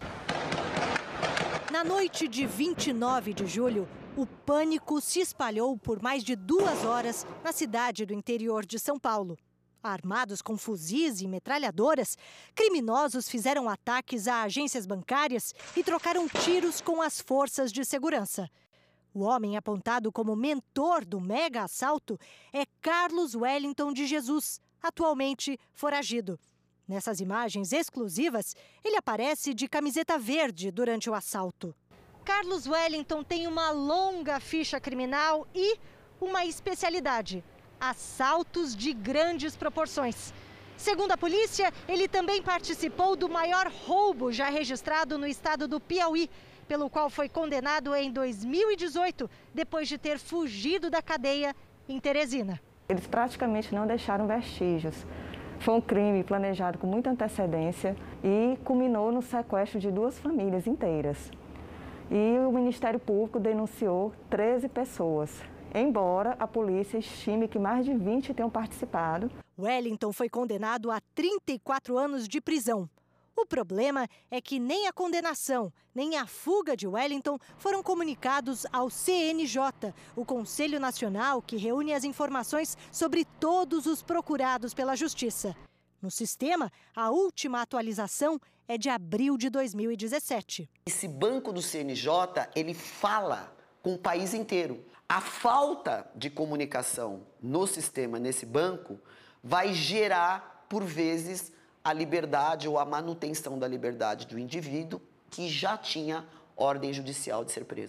Na noite de vinte e nove de julho, o pânico se espalhou por mais de duas horas na cidade do interior de São Paulo. Armados com fuzis e metralhadoras, criminosos fizeram ataques a agências bancárias e trocaram tiros com as forças de segurança. O homem apontado como mentor do mega assalto é Carlos Wellington de Jesus, atualmente foragido. Nessas imagens exclusivas, ele aparece de camiseta verde durante o assalto. Carlos Wellington tem uma longa ficha criminal e uma especialidade: assaltos de grandes proporções. Segundo a polícia, ele também participou do maior roubo já registrado no estado do Piauí, pelo qual foi condenado em dois mil e dezoito, depois de ter fugido da cadeia em Teresina. Eles praticamente não deixaram vestígios. Foi um crime planejado com muita antecedência e culminou no sequestro de duas famílias inteiras. E o Ministério Público denunciou treze pessoas. Embora a polícia estime que mais de vinte tenham participado. Wellington foi condenado a trinta e quatro anos de prisão. O problema é que nem a condenação, nem a fuga de Wellington foram comunicados ao C N J, o Conselho Nacional que reúne as informações sobre todos os procurados pela Justiça. No sistema, a última atualização é de abril de dois mil e dezessete. Esse banco do C N J, ele fala com o país inteiro. A falta de comunicação no sistema, nesse banco, vai gerar, por vezes, a liberdade ou a manutenção da liberdade do indivíduo que já tinha ordem judicial de ser preso.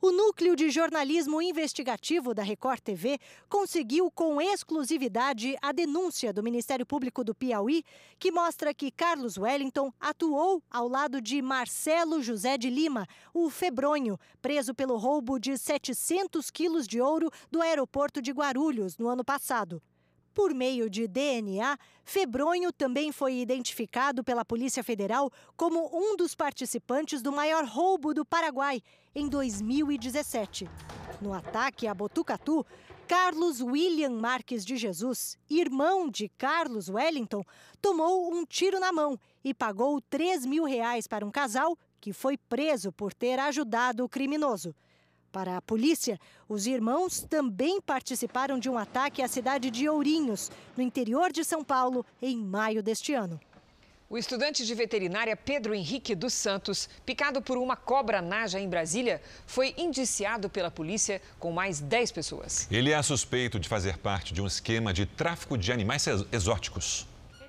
O Núcleo de Jornalismo Investigativo da Record T V conseguiu com exclusividade a denúncia do Ministério Público do Piauí, que mostra que Carlos Wellington atuou ao lado de Marcelo José de Lima, o Febronho, preso pelo roubo de setecentos quilos de ouro do aeroporto de Guarulhos no ano passado. Por meio de D N A, Febronho também foi identificado pela Polícia Federal como um dos participantes do maior roubo do Paraguai, em dois mil e dezessete. No ataque a Botucatu, Carlos William Marques de Jesus, irmão de Carlos Wellington, tomou um tiro na mão e pagou três mil reais para um casal que foi preso por ter ajudado o criminoso. Para a polícia, os irmãos também participaram de um ataque à cidade de Ourinhos, no interior de São Paulo, em maio deste ano. O estudante de veterinária Pedro Henrique dos Santos, picado por uma cobra naja em Brasília, foi indiciado pela polícia com mais dez pessoas. Ele é suspeito de fazer parte de um esquema de tráfico de animais exóticos.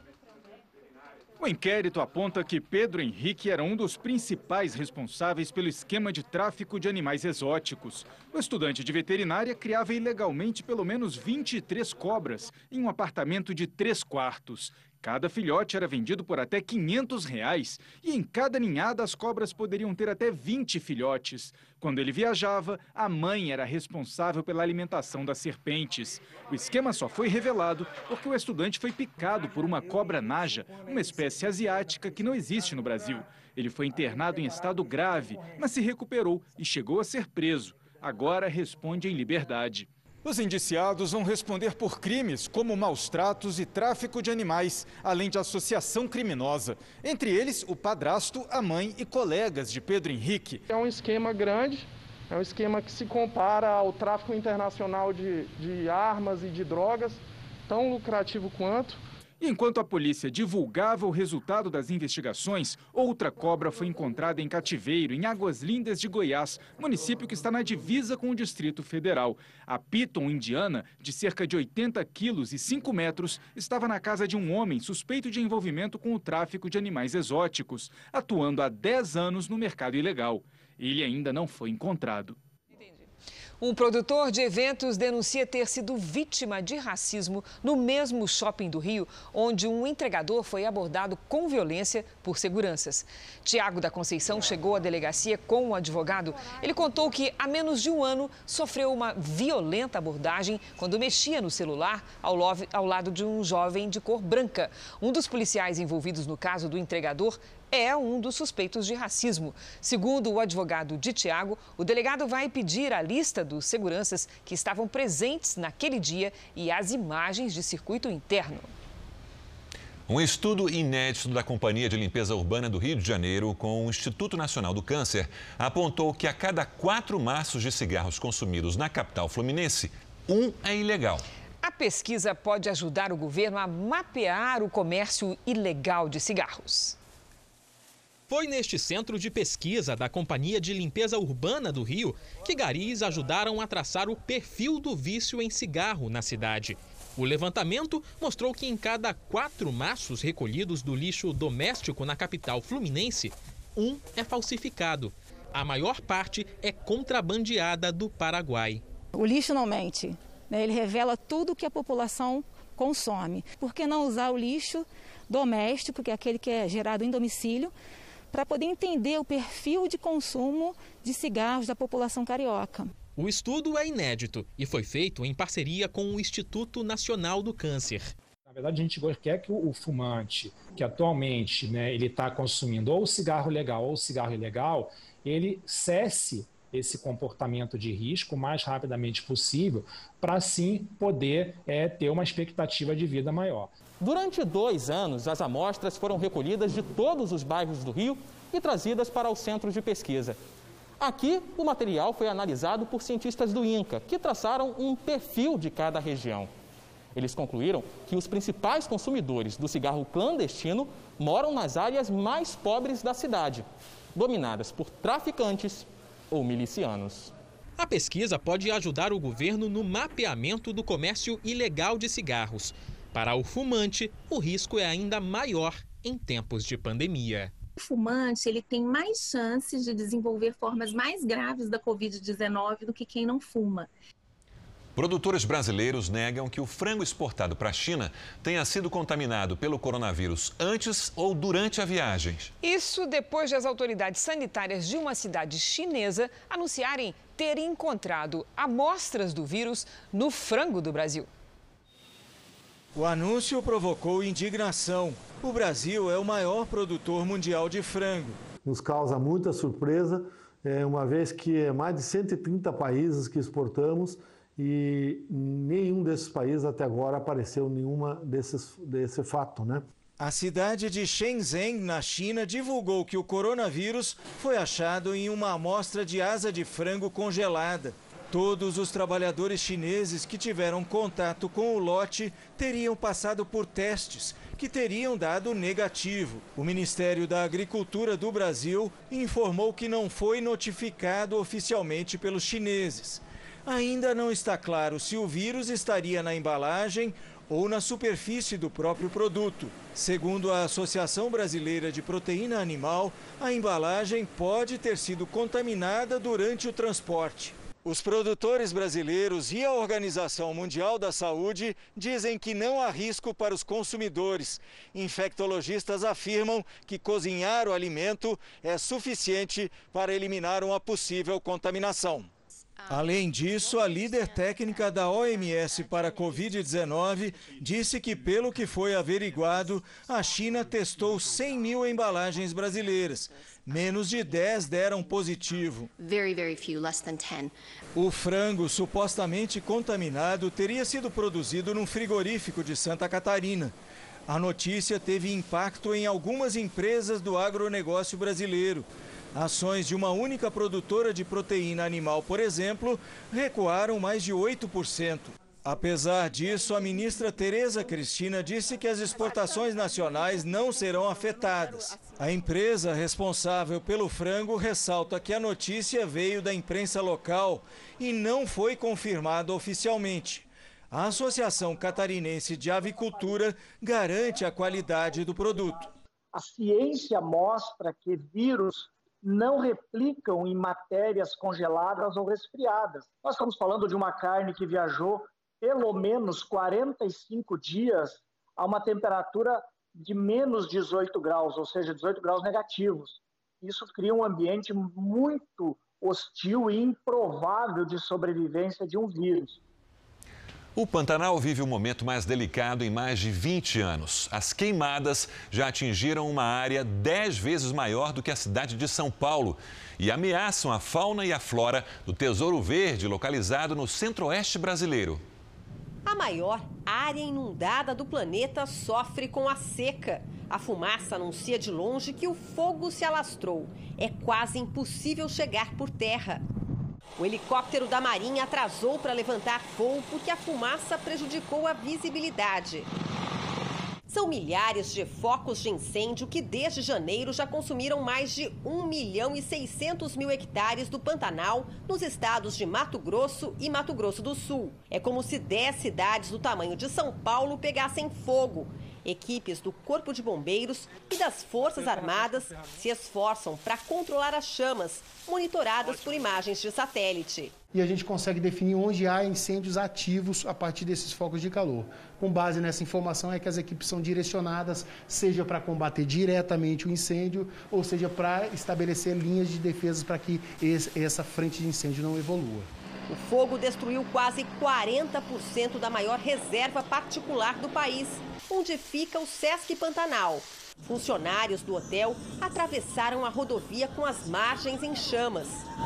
O inquérito aponta que Pedro Henrique era um dos principais responsáveis pelo esquema de tráfico de animais exóticos. O estudante de veterinária criava ilegalmente pelo menos vinte e três cobras em um apartamento de três quartos. Cada filhote era vendido por até quinhentos reais e em cada ninhada as cobras poderiam ter até vinte filhotes. Quando ele viajava, a mãe era responsável pela alimentação das serpentes. O esquema só foi revelado porque o estudante foi picado por uma cobra naja, uma espécie asiática que não existe no Brasil. Ele foi internado em estado grave, mas se recuperou e chegou a ser preso. Agora responde em liberdade. Os indiciados vão responder por crimes como maus tratos e tráfico de animais, além de associação criminosa. Entre eles, o padrasto, a mãe e colegas de Pedro Henrique. É um esquema grande, é um esquema que se compara ao tráfico internacional de, de armas e de drogas, tão lucrativo quanto. Enquanto a polícia divulgava o resultado das investigações, outra cobra foi encontrada em cativeiro, em Águas Lindas de Goiás, município que está na divisa com o Distrito Federal. A piton indiana, de cerca de oitenta quilos e cinco metros, estava na casa de um homem suspeito de envolvimento com o tráfico de animais exóticos, atuando há dez anos no mercado ilegal. Ele ainda não foi encontrado. Um produtor de eventos denuncia ter sido vítima de racismo no mesmo shopping do Rio, onde um entregador foi abordado com violência por seguranças. Tiago da Conceição chegou à delegacia com um advogado. Ele contou que há menos de um ano sofreu uma violenta abordagem quando mexia no celular ao, love, ao lado de um jovem de cor branca. Um dos policiais envolvidos no caso do entregador é um dos suspeitos de racismo. Segundo o advogado de Tiago, o delegado vai pedir a lista dos seguranças que estavam presentes naquele dia e as imagens de circuito interno. Um estudo inédito da Companhia de Limpeza Urbana do Rio de Janeiro com o Instituto Nacional do Câncer apontou que a cada quatro maços de cigarros consumidos na capital fluminense, um é ilegal. A pesquisa pode ajudar o governo a mapear o comércio ilegal de cigarros. Foi neste centro de pesquisa da Companhia de Limpeza Urbana do Rio que garis ajudaram a traçar o perfil do vício em cigarro na cidade. O levantamento mostrou que em cada quatro maços recolhidos do lixo doméstico na capital fluminense, um é falsificado. A maior parte é contrabandeada do Paraguai. O lixo não mente, né? Ele revela tudo que a população consome. Por que não usar o lixo doméstico, que é aquele que é gerado em domicílio, para poder entender o perfil de consumo de cigarros da população carioca? O estudo é inédito e foi feito em parceria com o Instituto Nacional do Câncer. Na verdade, a gente quer que o fumante, que atualmente, né, ele está consumindo ou cigarro legal ou cigarro ilegal, ele cesse esse comportamento de risco o mais rapidamente possível, para assim poder é, ter uma expectativa de vida maior. Durante dois anos, as amostras foram recolhidas de todos os bairros do Rio e trazidas para os centros de pesquisa. Aqui, o material foi analisado por cientistas do INCA, que traçaram um perfil de cada região. Eles concluíram que os principais consumidores do cigarro clandestino moram nas áreas mais pobres da cidade, dominadas por traficantes ou milicianos. A pesquisa pode ajudar o governo no mapeamento do comércio ilegal de cigarros. Para o fumante, o risco é ainda maior em tempos de pandemia. O fumante ele tem mais chances de desenvolver formas mais graves da covid dezenove do que quem não fuma. Produtores brasileiros negam que o frango exportado para a China tenha sido contaminado pelo coronavírus antes ou durante a viagem. Isso depois de as autoridades sanitárias de uma cidade chinesa anunciarem ter encontrado amostras do vírus no frango do Brasil. O anúncio provocou indignação. O Brasil é o maior produtor mundial de frango. Nos causa muita surpresa, uma vez que é mais de cento e trinta países que exportamos e nenhum desses países até agora apareceu nenhuma desses, desse fato, né? A cidade de Shenzhen, na China, divulgou que o coronavírus foi achado em uma amostra de asa de frango congelada. Todos os trabalhadores chineses que tiveram contato com o lote teriam passado por testes que teriam dado negativo. O Ministério da Agricultura do Brasil informou que não foi notificado oficialmente pelos chineses. Ainda não está claro se o vírus estaria na embalagem ou na superfície do próprio produto. Segundo a Associação Brasileira de Proteína Animal, a embalagem pode ter sido contaminada durante o transporte. Os produtores brasileiros e a Organização Mundial da Saúde dizem que não há risco para os consumidores. Infectologistas afirmam que cozinhar o alimento é suficiente para eliminar uma possível contaminação. Além disso, a líder técnica da O M S para a covid dezenove disse que, pelo que foi averiguado, a China testou cem mil embalagens brasileiras. Menos de dez deram positivo. Very, very few, less than ten. O frango supostamente contaminado teria sido produzido num frigorífico de Santa Catarina. A notícia teve impacto em algumas empresas do agronegócio brasileiro. Ações de uma única produtora de proteína animal, por exemplo, recuaram mais de oito por cento. Apesar disso, a ministra Tereza Cristina disse que as exportações nacionais não serão afetadas. A empresa responsável pelo frango ressalta que a notícia veio da imprensa local e não foi confirmada oficialmente. A Associação Catarinense de Avicultura garante a qualidade do produto. A ciência mostra que vírus não replicam em matérias congeladas ou resfriadas. Nós estamos falando de uma carne que viajou pelo menos quarenta e cinco dias a uma temperatura de menos dezoito graus, ou seja, dezoito graus negativos. Isso cria um ambiente muito hostil e improvável de sobrevivência de um vírus. O Pantanal vive um momento mais delicado em mais de vinte anos. As queimadas já atingiram uma área dez vezes maior do que a cidade de São Paulo e ameaçam a fauna e a flora do Tesouro Verde, localizado no centro-oeste brasileiro. A maior área inundada do planeta sofre com a seca. A fumaça anuncia de longe que o fogo se alastrou. É quase impossível chegar por terra. O helicóptero da Marinha atrasou para levantar voo porque a fumaça prejudicou a visibilidade. São milhares de focos de incêndio que desde janeiro já consumiram mais de um milhão e seiscentos mil hectares do Pantanal nos estados de Mato Grosso e Mato Grosso do Sul. É como se dez cidades do tamanho de São Paulo pegassem fogo. Equipes do Corpo de Bombeiros e das Forças Armadas se esforçam para controlar as chamas, monitoradas por imagens de satélite. E a gente consegue definir onde há incêndios ativos a partir desses focos de calor. Com base nessa informação é que as equipes são direcionadas, seja para combater diretamente o incêndio, ou seja para estabelecer linhas de defesa para que esse, essa frente de incêndio não evolua. O fogo destruiu quase quarenta por cento da maior reserva particular do país, onde fica o Sesc Pantanal. Funcionários do hotel atravessaram a rodovia com as margens em chamas.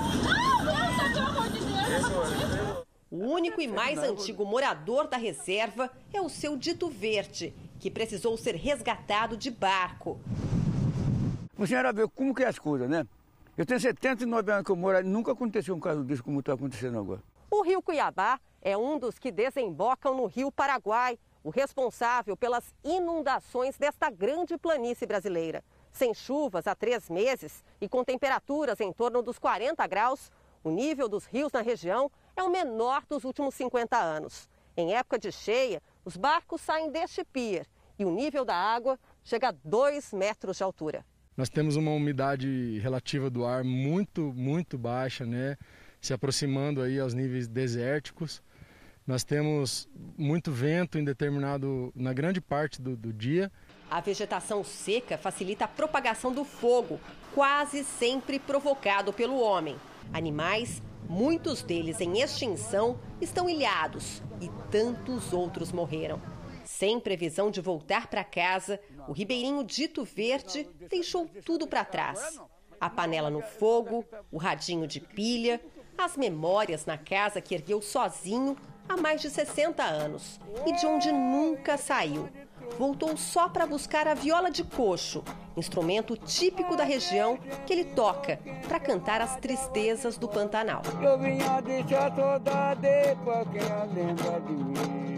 O único e mais antigo morador da reserva é o seu Dito Verde, que precisou ser resgatado de barco. A senhora vê como que é as coisas, né? Eu tenho setenta e nove anos que eu moro, nunca aconteceu um caso desse como está acontecendo agora. O rio Cuiabá é um dos que desembocam no rio Paraguai, o responsável pelas inundações desta grande planície brasileira. Sem chuvas há três meses e com temperaturas em torno dos quarenta graus, o nível dos rios na região é o menor dos últimos cinquenta anos. Em época de cheia, os barcos saem deste pier e o nível da água chega a dois metros de altura. Nós temos uma umidade relativa do ar muito, muito baixa, né? Se aproximando aí aos níveis desérticos. Nós temos muito vento em determinado, na grande parte do, do dia. A vegetação seca facilita a propagação do fogo, quase sempre provocado pelo homem. Animais, muitos deles em extinção, estão ilhados e tantos outros morreram. Sem previsão de voltar para casa, o ribeirinho Dito Verde deixou tudo para trás. A panela no fogo, o radinho de pilha, as memórias na casa que ergueu sozinho há mais de sessenta anos e de onde nunca saiu. Voltou só para buscar a viola de coxo, instrumento típico da região que ele toca para cantar as tristezas do Pantanal. Eu vinha deixar saudade pra quem lembra de mim.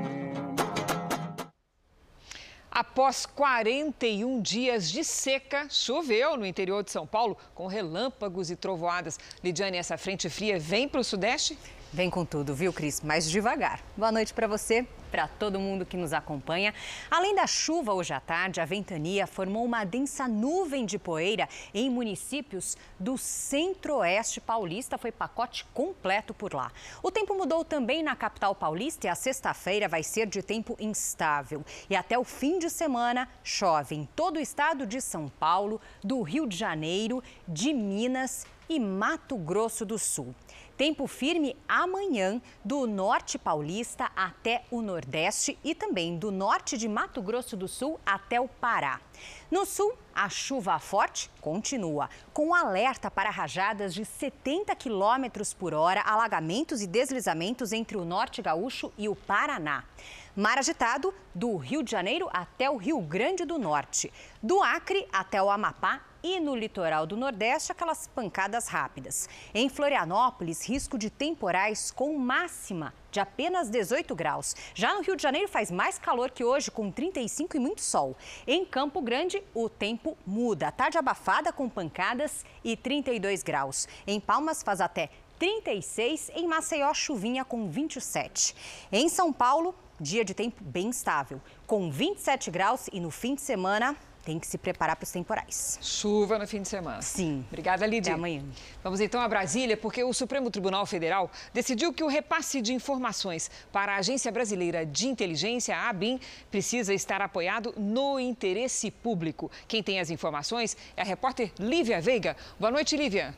Após quarenta e um dias de seca, choveu no interior de São Paulo com relâmpagos e trovoadas. Lidiane, essa frente fria vem para o Sudeste? Vem com tudo, viu, Cris? Mais devagar. Boa noite para você, para todo mundo que nos acompanha. Além da chuva hoje à tarde, a ventania formou uma densa nuvem de poeira em municípios do centro-oeste paulista. Foi pacote completo por lá. O tempo mudou também na capital paulista e a sexta-feira vai ser de tempo instável. E até o fim de semana chove em todo o estado de São Paulo, do Rio de Janeiro, de Minas e Mato Grosso do Sul. Tempo firme amanhã do norte paulista até o nordeste e também do norte de Mato Grosso do Sul até o Pará. No sul, a chuva forte continua, com alerta para rajadas de setenta quilômetros por hora, alagamentos e deslizamentos entre o norte gaúcho e o Paraná. Mar agitado do Rio de Janeiro até o Rio Grande do Norte, do Acre até o Amapá e no litoral do Nordeste, aquelas pancadas rápidas. Em Florianópolis, risco de temporais com máxima de apenas dezoito graus. Já no Rio de Janeiro faz mais calor que hoje, com trinta e cinco e muito sol. Em Campo Grande, o tempo muda. Tarde abafada com pancadas e trinta e dois graus. Em Palmas faz até trinta e seis, em Maceió, chuvinha com vinte e sete. Em São Paulo, dia de tempo bem estável, com vinte e sete graus e no fim de semana tem que se preparar para os temporais. Chuva no fim de semana. Sim. Obrigada, Lídia. Até amanhã. Vamos então a Brasília, porque o Supremo Tribunal Federal decidiu que o repasse de informações para a Agência Brasileira de Inteligência, a ABIN, precisa estar apoiado no interesse público. Quem tem as informações é a repórter Lívia Veiga. Boa noite, Lívia.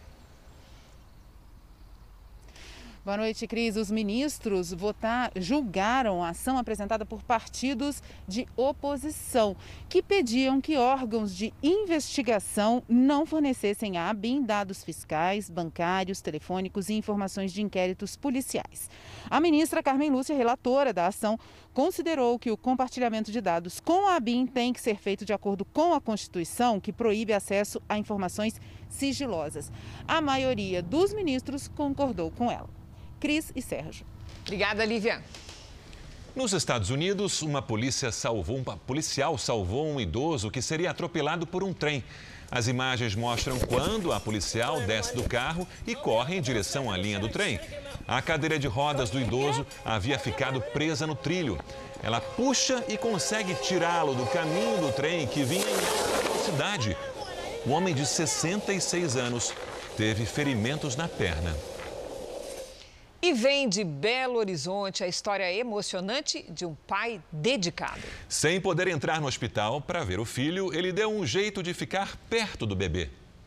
Boa noite, Cris. Os ministros votar, julgaram a ação apresentada por partidos de oposição, que pediam que órgãos de investigação não fornecessem à ABIN dados fiscais, bancários, telefônicos e informações de inquéritos policiais. A ministra Carmen Lúcia, relatora da ação, considerou que o compartilhamento de dados com a ABIN tem que ser feito de acordo com a Constituição, que proíbe acesso a informações sigilosas. A maioria dos ministros concordou com ela. Cris e Sérgio. Obrigada, Lívia. Nos Estados Unidos, uma polícia salvou, um policial salvou um idoso que seria atropelado por um trem. As imagens mostram quando a policial desce do carro e corre em direção à linha do trem. A cadeira de rodas do idoso havia ficado presa no trilho. Ela puxa e consegue tirá-lo do caminho do trem que vinha em alta velocidade. O homem de sessenta e seis anos teve ferimentos na perna. E vem de Belo Horizonte a história emocionante de um pai dedicado. Sem poder entrar no hospital para ver o filho, ele deu um jeito de ficar perto do bebê.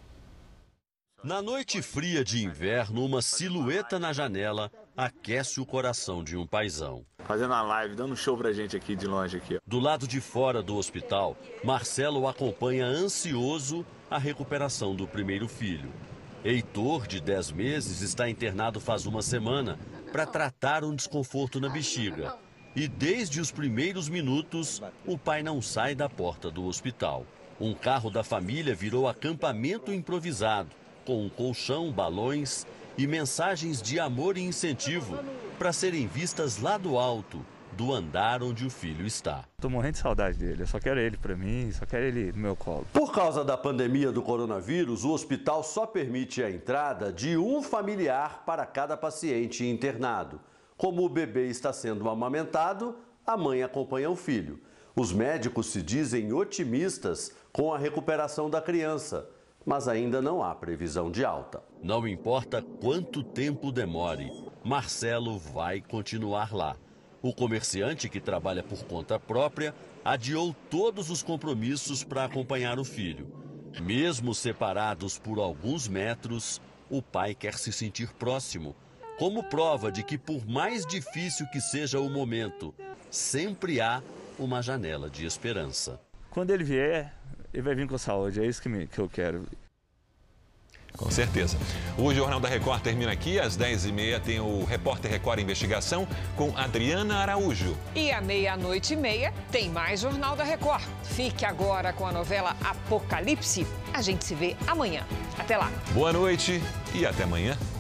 Na noite fria de inverno, uma silhueta na janela aquece o coração de um paizão. Fazendo a live, dando um show pra gente aqui de longe. Aqui, ó. Do lado de fora do hospital, Marcelo acompanha ansioso a recuperação do primeiro filho. Heitor, de dez meses, está internado faz uma semana para tratar um desconforto na bexiga. E desde os primeiros minutos, o pai não sai da porta do hospital. Um carro da família virou acampamento improvisado, com um colchão, balões e mensagens de amor e incentivo para serem vistas lá do alto, do andar onde o filho está. Tô morrendo de saudade dele, eu só quero ele para mim, só quero ele no meu colo. Por causa da pandemia do coronavírus, o hospital só permite a entrada de um familiar para cada paciente internado. Como o bebê está sendo amamentado, a mãe acompanha o filho. Os médicos se dizem otimistas com a recuperação da criança, mas ainda não há previsão de alta. Não importa quanto tempo demore, Marcelo vai continuar lá. O comerciante, que trabalha por conta própria, adiou todos os compromissos para acompanhar o filho. Mesmo separados por alguns metros, o pai quer se sentir próximo, como prova de que, por mais difícil que seja o momento, sempre há uma janela de esperança. Quando ele vier, ele vai vir com saúde, é isso que, me, que eu quero. Com certeza. O Jornal da Record termina aqui. Às dez e meia tem o Repórter Record Investigação com Adriana Araújo. E à meia-noite e meia tem mais Jornal da Record. Fique agora com a novela Apocalipse. A gente se vê amanhã. Até lá. Boa noite e até amanhã.